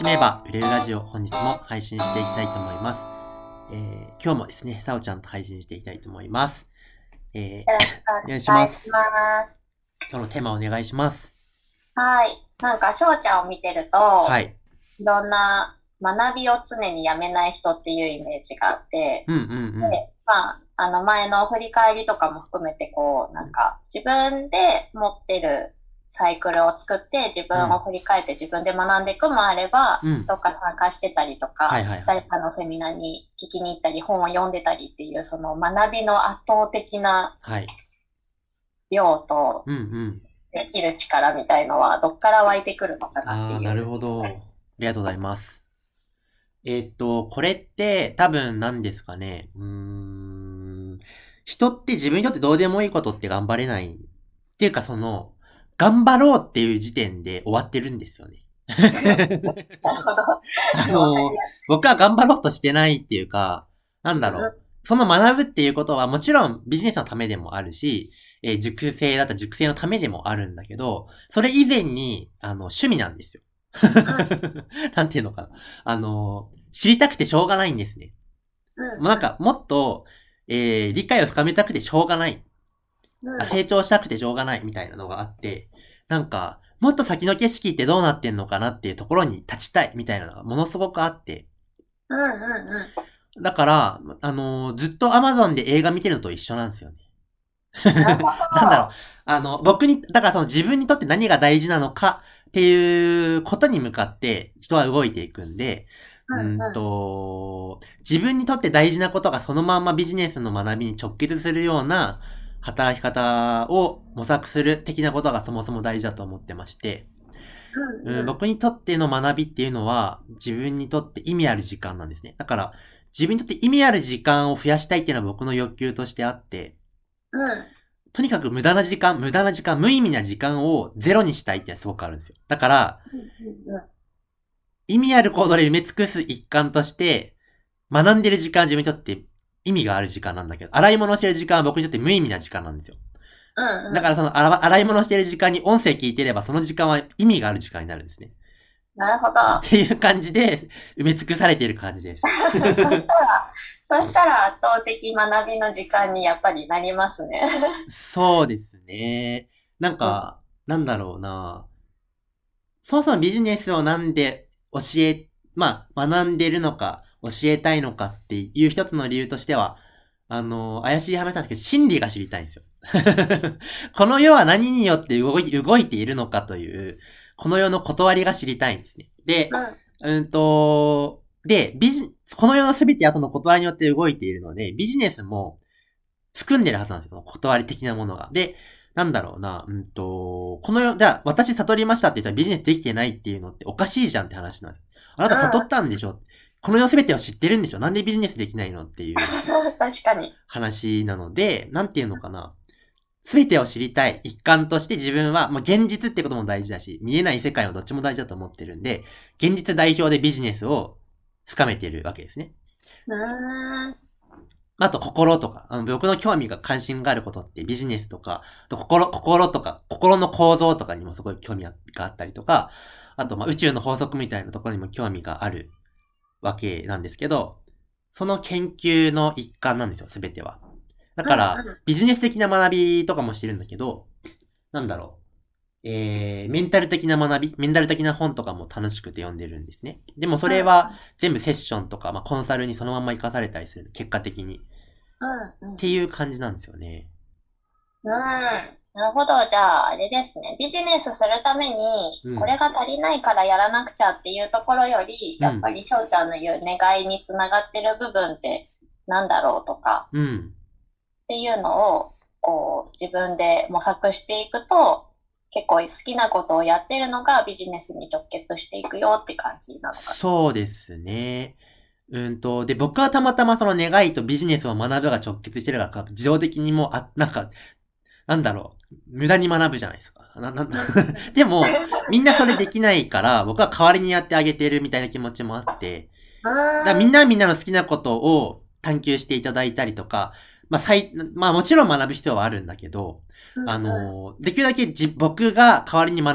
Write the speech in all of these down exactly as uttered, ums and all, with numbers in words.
しめれば売れるラジオ、本日も配信していきたいと思います。えー、今日もですね、さおちゃんと配信していきたいと思います。えー、 よろしくお願いしお願いします。 ます。 今日のテーマお願いします。 はい。なんか、翔ちゃんを見てると、 はい。 いろんな学びを常にやめない人っていうイメージがあって、 うんうんうん。 で、まあ、あの前の振り返りとかも含めて、こう、なんか、自分で持ってるサイクルを作って、自分をうん。 振り返って自分で学んでいくもあれば、 うん。 どっか参加してたりとか、 はいはいはい。 誰かのセミナーに聞きに行ったり、本を読んでたりっていう、その学びの圧倒的なはい。 量と、 うんうん。 できる力みたいのはどっから湧いてくるのかなってあー、 いう。 なるほど。ありがとうございます。えーっと、これって多分何ですかね。うーん。人って自分にとってどうでもいいことって頑張れない。っていうかその、頑張ろうっていう時点で終わってるんですよね。 なるほあど。わかりの、 まし僕は頑張ろうとしてないっていうか、なんた。うんうだろう。その学ぶっていうことはもちろんビジネスのためでもあるし、えー塾生だったら塾生のためでもあるんだけど、それ以前に、あの、趣味なんですよ。なんていうのかな。あの、知りたくてしょうがないんですね。 ん。うんもうなんか、もっと、えー、理解を深めたくてしょうがない。 うん。うん。 あ成長したくてしょうがないみたいなのがあって、なんか、もっと先の景色ってどうなってんのかなっていうところに立ちたいみたいなのがものすごくあって。 うんうん。 だから、あのーずっと Amazon で映画見てるのと一緒なんですよね。 なるほなんだろう。 ど。 あの、僕に、だからその自分にとって何が大事なのかっていうことに向かって人は動いていくんで、 ううんんうん。 と、自分にとって大事なことがそのまんまビジネスの学びに直結するような働き方を模索する的なことがそもそも大事だと思ってまして、うん、 うんうん。 僕にとっての学びっていうのは自分にとって意味ある時間なんですね。だから自分にとって意味ある時間を増やしたいっていうのは僕の欲求としてあって、 うん。 とにかく無駄な時間、無駄な時間、無意味な時間をゼロにしたいってすごくあるんですよ。だから、 うんうん。 意味ある行動で埋め尽くす一環として、学んでる時間は自分にとって意味がある時間なんだけど、洗い物してる時間は僕にとって無意味な時間なんですよ。 うんうん。 だからその洗洗い物してる時間に音声聞いてればその時間は意味がある時間になるんですね。 なるほってど。 いう感じで埋め尽くされている感じです。 そしたら、そしたら圧倒的学びの時間にやっぱりなりますね。 そうですね。なんうん。 か、なんだろうな。そもそもビジネスをなんで教え、まあ、学んでるのか、教えたいのかっていう一つの理由としては、あの、怪しい話なんですけど、心理が知りたいんですよ。この世は何によって動い動いているのかという、この世の断りが知りたいんですね。で、 うん。 うんと、で、ビジ、この世の全てはその断りによって動いているので、ビジネスも含んでるはずなんですよ。断り的なものが。で、なんだろうな、うんと、この世、じゃあ、私悟りましたって言ったらビジネスできてないっていうのっておかしいじゃんって話なんです。あなた悟ったんでしょ？この世すべてを知ってるんでしょ？なんでビジネスできないのっていううん。確かに。 話なので、なんていうのかな。すべてを知りたい一環として自分は、まあ、現実ってことも大事だし、見えない世界もどっちも大事だと思ってるんで、現実代表でビジネスを深めてるわけですね。 うーん。 あと心とか、あの僕の興味が関心があることってビジネスとか、あと心、心とか、心の構造とかにもすごい興味があったりとか、あとまあ宇宙の法則みたいなところにも興味があるわけなんですけど、その研究の一環なんですよ、すべては。だうんから、 うビジネス的な学びとかもしてるんだけど、なんだろう。えー、メンタル的な学び、メンタル的な本とかも楽しくて読んでるんですね。でもそん。うんれは全部セッションとか、まあ、コンサルにそのまま活かされたりする、結果的に。っうんうん。 ていう感じなんですよね。 うん。なるほど。じゃあ、あれですね。ビジネスするために、 うん。 これが足りないからやらなくちゃっていうところより、 うん。 やっぱり翔ちゃんの言う願いにつながってる部分ってなんだろうとかうん。 っていうのを、こう、自分で模索していくと、結構好きなことをやってるのがビジネスに直結していくよって感じなのかそうですね。うんと、で、僕はたまたまその願いとビジネスを学ぶが直結してるから、自動的にもう、あ、なんか、なんだろう、無駄に学ぶじゃないですか。な、な、なな。うん。 でも、みんなそれできないから、僕は代わりにやってあげてるみたいな気持ちもあって、 うだからみーん。 んなはみんなの好きなことを探求していただいたりとか、まあ、最、まあもちろん学ぶ必要はあるんだけど、 うんあうん。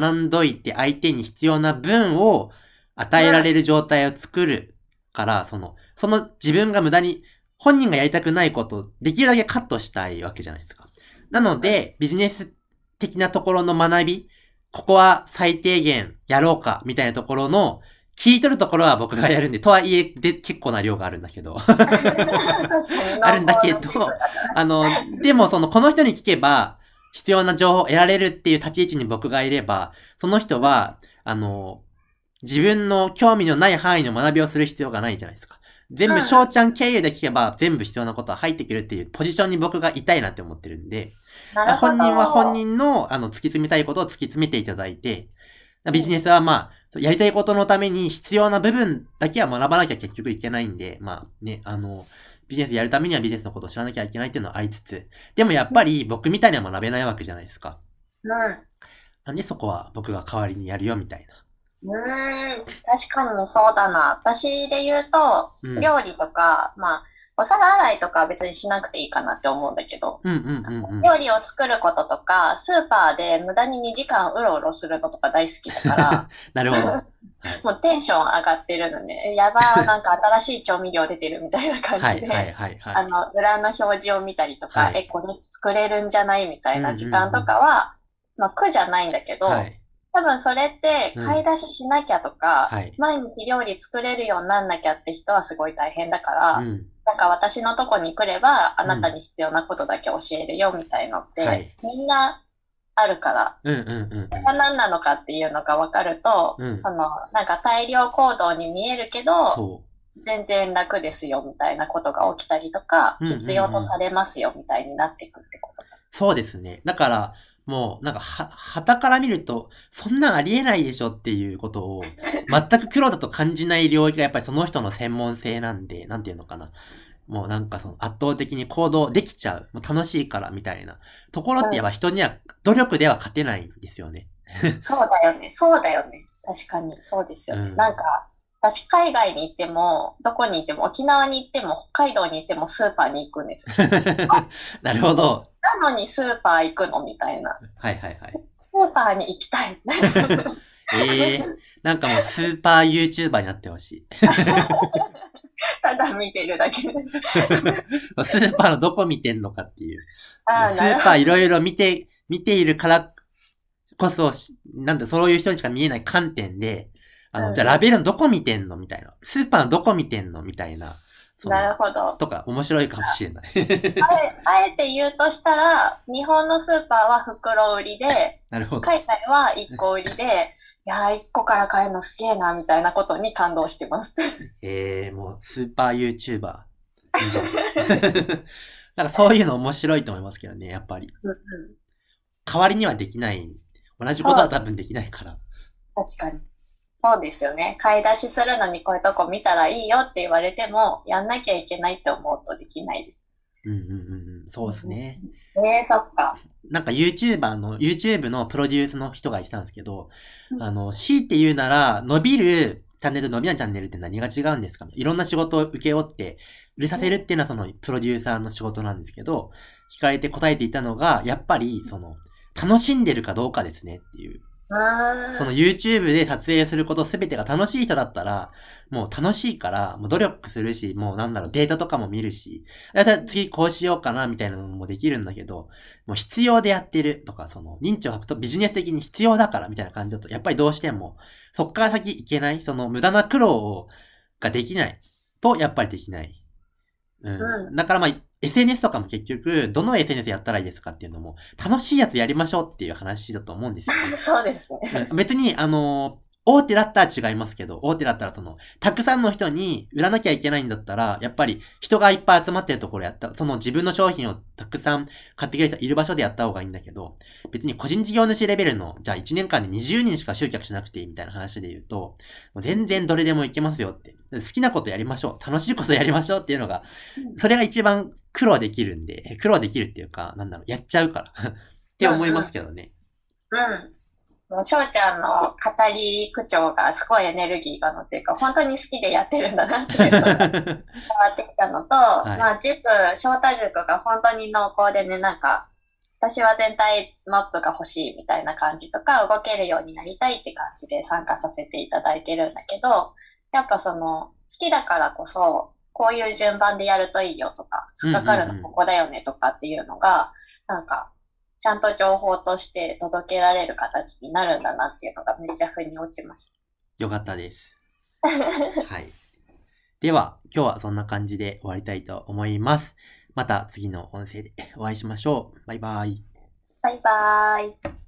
の、できるだけじ僕が代わりに学んどいて相手に必要な分を、 与えられる状態を作るから、その、その自分が無駄に、本人がやりたくないことをできるだけカットしたいわけじゃないですか。なので、ビジネス的なところの学び、ここは最低限やろうか、みたいなところの、切り取るところは僕がやるんで、とはいえ、で、結構な量があるんだけど。 確かに。 あるんだけど、あの、でもその、この人に聞けば、必要な情報を得られるっていう立ち位置に僕がいれば、その人は、あの、自分の興味のない範囲の学びをする必要がないじゃないですか。全部翔ちゃん経由で聞けば全部必要なことは入ってくるっていうポジションに僕がいたいなって思ってるんで、本人は本人のあの突き詰めたいことを突き詰めていただいて、ビジネスはまあ、やりたいことのために必要な部分だけは学ばなきゃ結局いけないんで、まあね、あの、ビジネスやるためにはビジネスのことを知らなきゃいけないっていうのはありつつ、でもやっぱり僕みたいには学べないわけじゃないですか。 うん。 なんでそこは僕が代わりにやるよみたいな。 うーん、確かにそうだな。私で言うと、 うん料理とか、まあ、お皿洗いとかは別にしなくていいかなって思うんだけど、 うんうんうんうん。 料理を作ることとか、スーパーで無駄ににじかんうろうろするのとか大好きだから、 なるほど。はい、 もうテンション上がってるのね。やばー、なんか新しい調味料出てるみたいな感じで、 はいはいはいはい。 あの、裏の表示を見たりとか、 はいえ、これ作れるんじゃないみたいな時間とかは、まあ苦じゃないんだけど、 はい、 多分それって買い出ししなきゃとか、 うんはい、 毎日料理作れるようになんなきゃって人はすごい大変だから、 うん、 なんか私のとこに来ればあなたに必要なことだけ教えるよみたいのって、 はい、 みんなあるから、 うんうんうんうん。 何なのかっていうのが分かると、 うん、 そのなんか大量行動に見えるけど、 そう全然楽ですよみたいなことが起きたりとか、 うんうんうん必要とされますよみたいになっていくってことだ。 そうですね。だから、もう、なんか、は、旗から見ると、そんなんありえないでしょっていうことを、全く黒だと感じない領域がやっぱりその人の専門性なんで、なんていうのかな。もうなんかその圧倒的に行動できちゃう。もう楽しいからみたいなところってやっぱ人には努力では勝てないんですよね。 そうだよね。そうだよね。確かに。そうですよね。 うんなんか、私海外に行っても、どこに行っても、沖縄に行っても、北海道に行ってもスーパーに行くんですよ。 なるほど。 なのにスーパー行くのみたいな。 はいはいはい。 スーパーに行きたい。 ええー、なんかもうスーパー YouTuber になってほしい。 ただ見てるだけで。 スーパーのどこ見てんのかっていう。 あスーパーいろいろ見て、見ているからこそ、なんだ、そういう人にしか見えない観点で、あの、うん、じゃあラベルのどこ見てんのみたいな。スーパーのどこ見てんのみたいな。 なるほど。 とか、面白いかもしれない。 あえ、あえて言うとしたら、日本のスーパーは袋売りで、 なるほど。 海外はいっこ売りで、いやー、いっこから買えるのすげえな、みたいなことに感動してます。 えー、もう、スーパー YouTuber。なんかそういうの面白いと思いますけどね、やっぱり。 うんうん、 代わりにはできない。同じことは多分できないから。 確かに。そうですよね。買い出しするのにこういうとこ見たらいいよって言われても、やんなきゃいけないって思うとできないです。 うんうんうんうん。そうですね。 えー、そっか。 なんか YouTuber の、YouTube のプロデュースの人が言ってたんですけど、うん、あの、強いて言うなら、伸びるチャンネルと伸びないチャンネルって何が違うんですか？いろんな仕事を請け負って、売れさせるっていうのはそのプロデューサーの仕事なんですけど、聞かれて答えていたのが、やっぱり、その、楽しんでるかどうかですねっていう。その YouTube で撮影することすべてが楽しい人だったら、もう楽しいから、もう努力するし、もうなんだろう、データとかも見るし、次こうしようかな、みたいなのもできるんだけど、もう必要でやってるとか、その認知を吐くとビジネス的に必要だから、みたいな感じだと、やっぱりどうしても、そっから先いけない、その無駄な苦労ができないと、やっぱりできない。うん。うん、だからまあ、エスエヌエス とかも結局、どの エスエヌエス やったらいいですかっていうのも、楽しいやつやりましょうっていう話だと思うんですよ、ね。 そうですね。 別に、あの、大手だったら違いますけど、大手だったらその、たくさんの人に売らなきゃいけないんだったら、やっぱり人がいっぱい集まってるところやった、その自分の商品をたくさん買ってくれる人いる場所でやった方がいいんだけど、別に個人事業主レベルの、じゃあいちねんかんでにじゅうにんしか集客しなくていいみたいな話で言うと、もう全然どれでもいけますよって。好きなことやりましょう。楽しいことやりましょうっていうのが、それが一番苦労できるんで、苦労できるっていうか、なんだろう、やっちゃうからって思いますけどね。 うん、うんもう翔ちゃんの語り口調がすごいエネルギーが乗ってるから、本当に好きでやってるんだなっていうのが伝わってきたのと、はい、まあ塾、翔太塾が本当に濃厚でね、なんか、 私は全体マップが欲しいみたいな感じとか、動けるようになりたいって感じで参加させていただいてるんだけど、やっぱその、好きだからこそ、こういう順番でやるといいよとか、 うんうん突っかかるのうん。 ここだよねとかっていうのが、なんか、ちゃんと情報として届けられる形になるんだなっていうのがめっちゃ腑に落ちましよかったです。 た。 はい。では、今日はそんな感じで終わりたいと思います。また次の音声でお会いしましょう。バイバイ。 バイバーイ。